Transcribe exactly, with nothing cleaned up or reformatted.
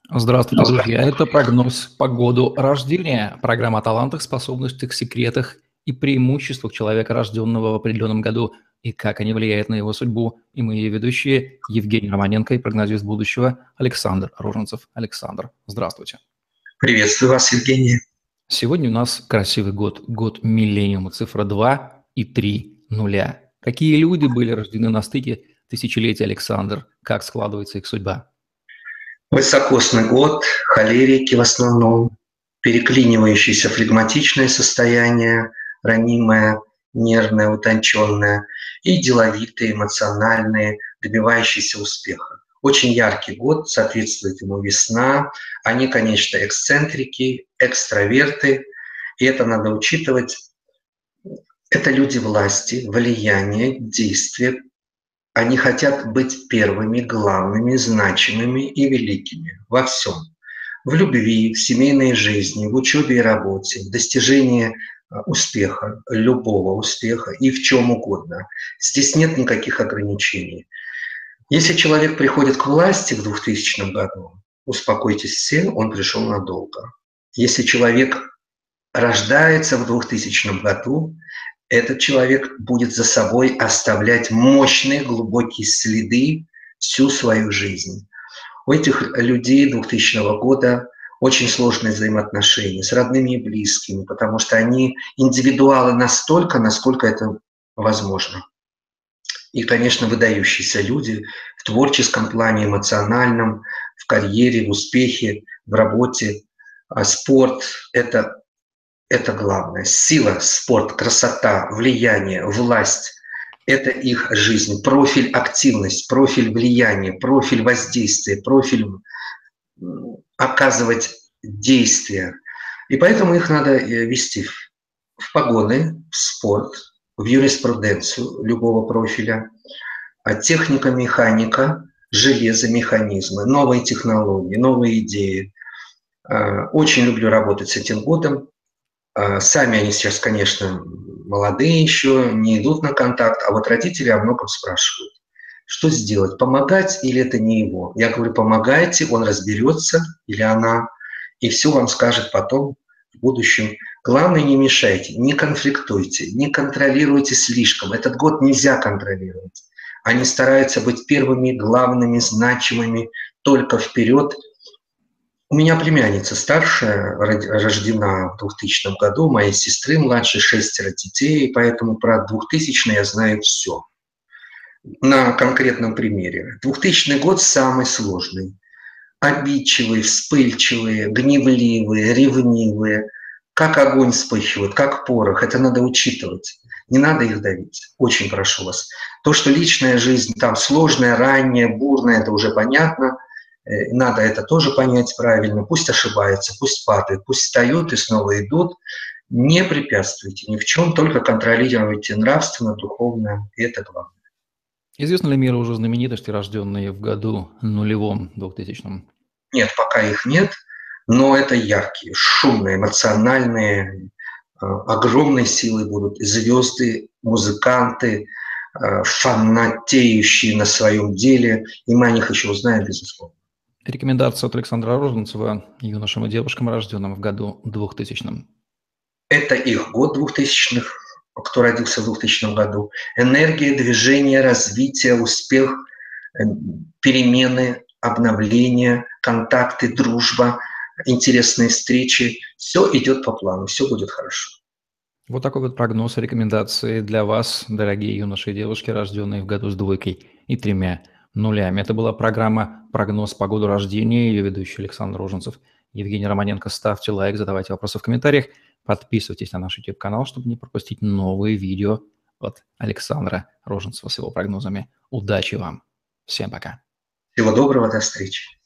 Здравствуйте, друзья. Это прогноз по году рождения. Программа о талантах, способностях, секретах и преимуществах человека, рожденного в определенном году, и как они влияют на его судьбу. И мы ее ведущие Евгений Романенко и прогнозист будущего Александр Роженцев. Александр, здравствуйте. Приветствую вас, Евгений. Сегодня у нас красивый год, год миллениума, цифра два и три нуля. Какие люди были рождены на стыке тысячелетия, Александр? Как складывается их судьба? Высокосный год, холерики в основном, переклинивающееся флегматичное состояние, ранимое, нервное, утонченное, и деловитые, эмоциональные, добивающиеся успеха. Очень яркий год, соответствует ему весна. Они, конечно, эксцентрики, экстраверты, и это надо учитывать. Это люди власти, влияния, действия. Они хотят быть первыми, главными, значимыми и великими во всем. В любви, в семейной жизни, в учебе и работе, в достижении успеха, любого успеха и в чем угодно. Здесь нет никаких ограничений. Если человек приходит к власти в двухтысячном году, успокойтесь все, он пришел надолго. Если человек рождается в двухтысячном году, этот человек будет за собой оставлять мощные, глубокие следы всю свою жизнь. У этих людей двухтысячного года очень сложные взаимоотношения с родными и близкими, потому что они индивидуалы настолько, насколько это возможно. И, конечно, выдающиеся люди в творческом плане, эмоциональном, в карьере, в успехе, в работе. А спорт – это Это главное. Сила, спорт, красота, влияние, власть – это их жизнь. Профиль активность, профиль влияния, профиль воздействия, профиль оказывать действия. И поэтому их надо вести в погоны, в спорт, в юриспруденцию любого профиля, а техника, механика, железо, механизмы, новые технологии, новые идеи. Очень люблю работать с этим годом. Сами они сейчас, конечно, молодые еще, не идут на контакт, а вот родители о многом спрашивают. Что сделать, помогать или это не его? Я говорю, помогайте, он разберется или она, и все вам скажет потом, в будущем. Главное, не мешайте, не конфликтуйте, не контролируйте слишком. Этот год нельзя контролировать. Они стараются быть первыми, главными, значимыми, только вперед. У меня племянница старшая, рождена в двухтысячном году, моей сестры младшей, шестеро детей, поэтому про двухтысячный я знаю все. На конкретном примере. двухтысячный год самый сложный. Обидчивые, вспыльчивые, гневливые, ревнивые. Как огонь вспыхивает, как порох. Это надо учитывать. Не надо их давить. Очень прошу вас. То, что личная жизнь там сложная, ранняя, бурная, это уже понятно. Надо это тоже понять правильно. Пусть ошибаются, пусть падают, пусть встают и снова идут. Не препятствуйте ни в чем, только контролируйте нравственно, духовно, и это главное. Известны ли миру уже знаменитости, рожденные в году нулевом, двухтысячном? Нет, пока их нет, но это яркие, шумные, эмоциональные, огромной силой будут звезды, музыканты, фанатеющие на своем деле, и мы о них еще узнаем, безусловно. Рекомендация от Александра Роженцева юношам и девушкам, рожденным в году двухтысячном. Это их год двухтысячных, кто родился в двухтысячном году. Энергия, движение, развитие, успех, перемены, обновления, контакты, дружба, интересные встречи. Все идет по плану, все будет хорошо. Вот такой вот прогноз, рекомендации для вас, дорогие юноши и девушки, рожденные в году с двойкой и тремя нулями. Это была программа «Прогноз по году рождения», ее ведущий Александр Роженцев, Евгений Романенко. Ставьте лайк, задавайте вопросы в комментариях, подписывайтесь на наш YouTube-канал, чтобы не пропустить новые видео от Александра Роженцева с его прогнозами. Удачи вам! Всем пока! Всего доброго, до встречи!